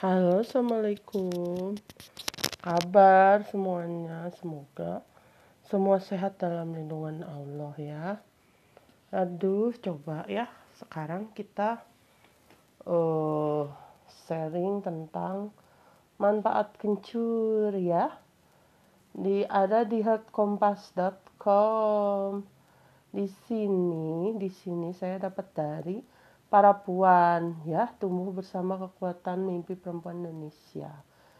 Halo, assalamualaikum. Kabar semuanya, semoga semua sehat dalam lindungan Allah ya. Aduh, coba ya. Sekarang kita sharing tentang manfaat kencur ya. Ada di heartkompas.com. Di sini saya dapat dari para puan ya, tumbuh bersama kekuatan mimpi perempuan Indonesia.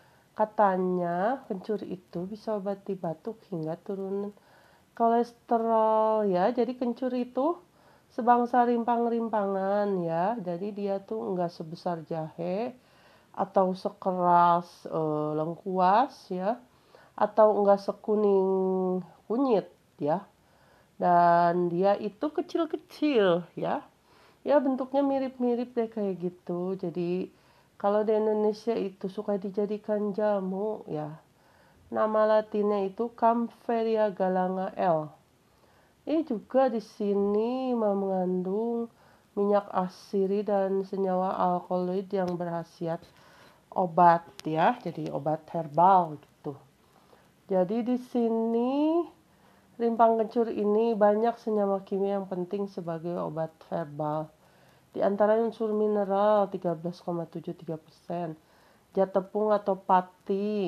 Katanya kencur itu bisa obati batuk hingga turun kolesterol ya. Jadi kencur itu sebangsa rimpang-rimpangan ya. Jadi dia tuh enggak sebesar jahe atau sekeras lengkuas ya, atau enggak sekuning kunyit ya. Dan dia itu kecil-kecil ya. Ya bentuknya mirip-mirip deh kayak gitu. Jadi kalau di Indonesia itu suka dijadikan jamu ya. Nama latinnya itu Kaempferia galanga L. Ini juga di sini mengandung minyak asiri dan senyawa alkaloid yang berkhasiat obat ya. Jadi obat herbal gitu. Jadi di sini rimpang kencur ini banyak senyawa kimia yang penting sebagai obat herbal. Di antara unsur mineral 13,73%, zat tepung atau pati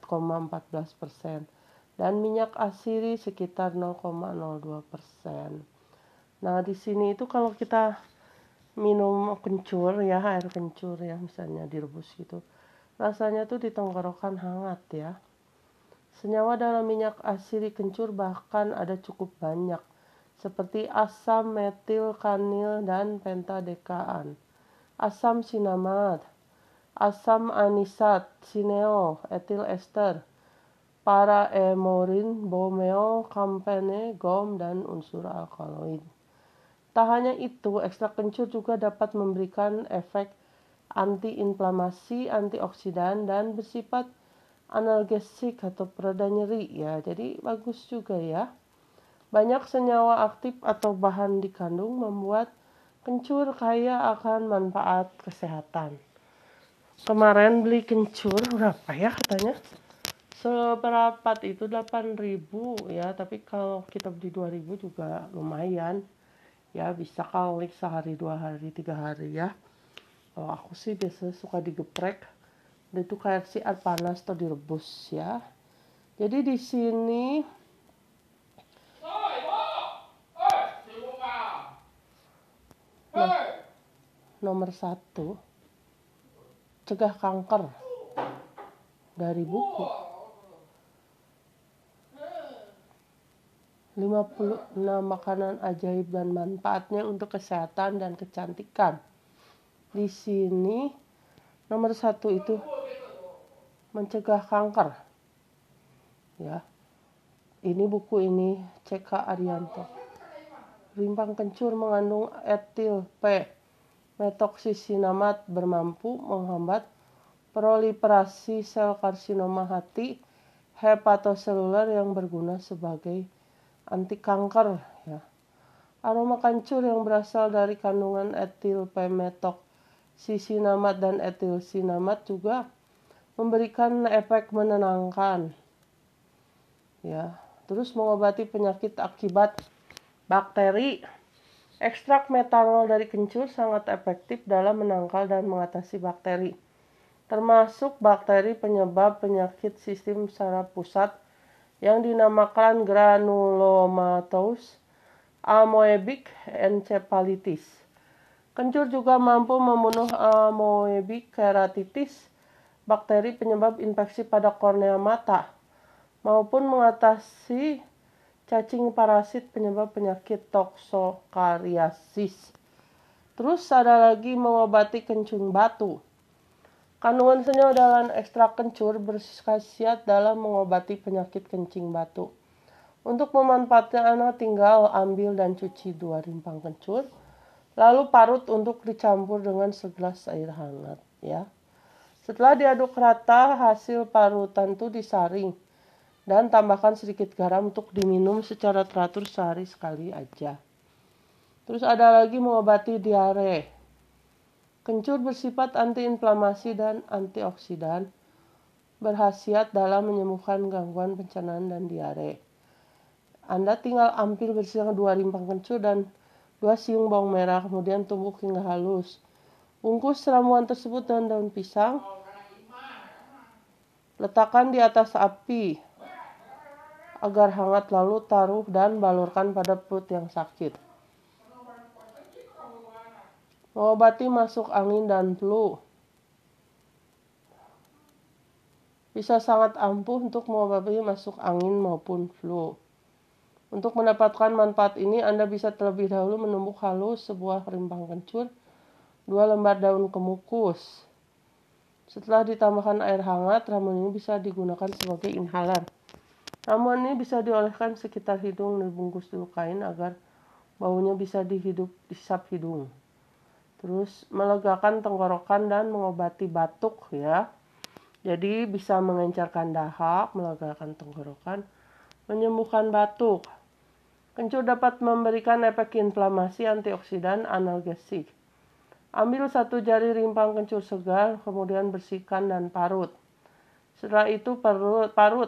4,14%, dan minyak asiri sekitar 0,02%. Nah, di sini itu kalau kita minum kencur ya, air kencur ya, misalnya direbus gitu, rasanya tuh di tenggorokan hangat ya. Senyawa dalam minyak asiri kencur bahkan ada cukup banyak, seperti asam metil kanil dan pentadekaan, asam sinamid, asam anisat, sineol, etil ester, paraemorin, bromeo, kampene, gom, dan unsur alkaloid. Tak hanya itu, ekstrak kencur juga dapat memberikan efek antiinflamasi, antioksidan, dan bersifat analgesik atau pereda nyeri ya. Jadi bagus juga ya. Banyak senyawa aktif atau bahan dikandung membuat kencur kaya akan manfaat kesehatan. Kemarin beli kencur berapa ya katanya? Seberapa itu 8.000 ya, tapi kalau kita beli 2.000 juga lumayan. Ya bisa kali sehari, 2 hari, 3 hari ya. Kalau aku sih biasa suka digeprek. Itu kayak air panas atau direbus ya. Jadi di sini nomor 1 cegah kanker dari buku 56 makanan ajaib dan manfaatnya untuk kesehatan dan kecantikan. Di sini nomor 1 itu mencegah kanker. Ya. Ini buku ini C.K. Arianto. Rimpang kencur mengandung etil P metoxisinamid bermampu menghambat proliferasi sel karsinoma hati hepatoseluler yang berguna sebagai anti kanker ya. Aroma kencur yang berasal dari kandungan etil P-metoxisinamid dan etilsinamid juga memberikan efek menenangkan. Ya, terus mengobati penyakit akibat bakteri. Ekstrak metanol dari kencur sangat efektif dalam menangkal dan mengatasi bakteri, termasuk bakteri penyebab penyakit sistem saraf pusat yang dinamakan granulomatous amoebic encephalitis. Kencur juga mampu membunuh amoebic keratitis, bakteri penyebab infeksi pada kornea mata, maupun mengatasi cacing parasit penyebab penyakit toksokariasis. Terus ada lagi mengobati kencing batu. Kandungan senyawa dalam ekstrak kencur berkhasiat dalam mengobati penyakit kencing batu. Untuk memanfaatkannya tinggal ambil dan cuci 2 rimpang kencur, lalu parut untuk dicampur dengan segelas air hangat ya. Setelah diaduk rata, hasil parutan itu disaring dan tambahkan sedikit garam untuk diminum secara teratur sehari sekali aja. Terus ada lagi mengobati diare. Kencur bersifat antiinflamasi dan antioksidan, berkhasiat dalam menyembuhkan gangguan pencernaan dan diare. Anda tinggal ambil bersihkan 2 rimpang kencur dan 2 siung bawang merah, kemudian tumbuk hingga halus. Bungkus ramuan tersebut dengan daun pisang. Letakkan di atas api agar hangat, lalu taruh dan balurkan pada perut yang sakit. Mengobati masuk angin dan flu. Bisa sangat ampuh untuk mengobati masuk angin maupun flu. Untuk mendapatkan manfaat ini, Anda bisa terlebih dahulu menumbuk halus sebuah rimpang kencur, 2 lembar daun kemukus. Setelah ditambahkan air hangat, ramuan ini bisa digunakan sebagai inhaler. Ramuan ini bisa dioleskan sekitar hidung, dibungkus dulu kain agar baunya bisa dihisap hidung. Terus melegakan tenggorokan dan mengobati batuk ya. Jadi bisa mengencerkan dahak, melegakan tenggorokan, menyembuhkan batuk. Kencur dapat memberikan efek inflamasi, antioksidan, analgesik. Ambil 1 jari rimpang kencur segar, kemudian bersihkan dan parut. Setelah itu parut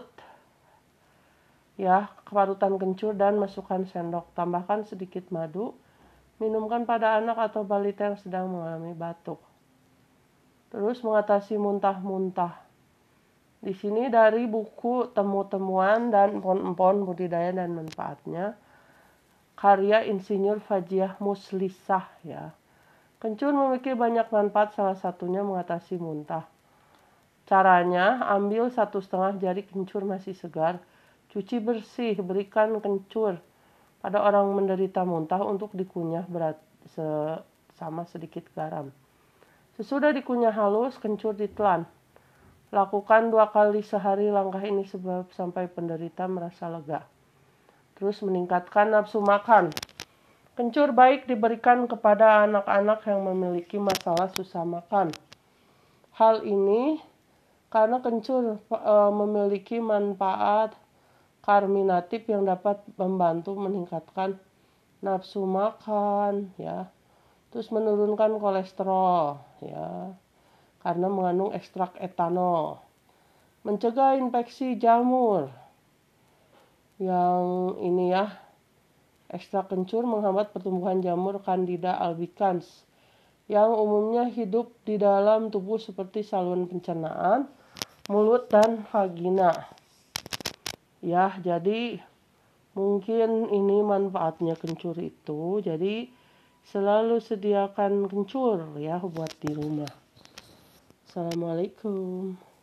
ya, keparutan kencur dan masukkan sendok. Tambahkan sedikit madu. Minumkan pada anak atau balita yang sedang mengalami batuk. Terus mengatasi muntah-muntah. Di sini dari buku Temu-temuan dan Empon-empon budidaya dan manfaatnya, karya Insinyur Fajiah Muslisah ya. Kencur memiliki banyak manfaat, salah satunya mengatasi muntah. Caranya, ambil 1,5 jari kencur masih segar, cuci bersih, berikan kencur pada orang menderita muntah untuk dikunyah sama sedikit garam. Sesudah dikunyah halus, kencur ditelan. Lakukan 2 kali sehari langkah ini sebab sampai penderita merasa lega. Terus meningkatkan nafsu makan. Kencur baik diberikan kepada anak-anak yang memiliki masalah susah makan. Hal ini karena kencur memiliki manfaat karminatif yang dapat membantu meningkatkan nafsu makan ya. Terus menurunkan kolesterol ya. Karena mengandung ekstrak etanol. Mencegah infeksi jamur. Yang ini ya. Ekstrak kencur menghambat pertumbuhan jamur Candida albicans yang umumnya hidup di dalam tubuh seperti saluran pencernaan, mulut dan vagina. Ya, jadi mungkin ini manfaatnya kencur itu. Jadi selalu sediakan kencur ya buat di rumah. Assalamualaikum.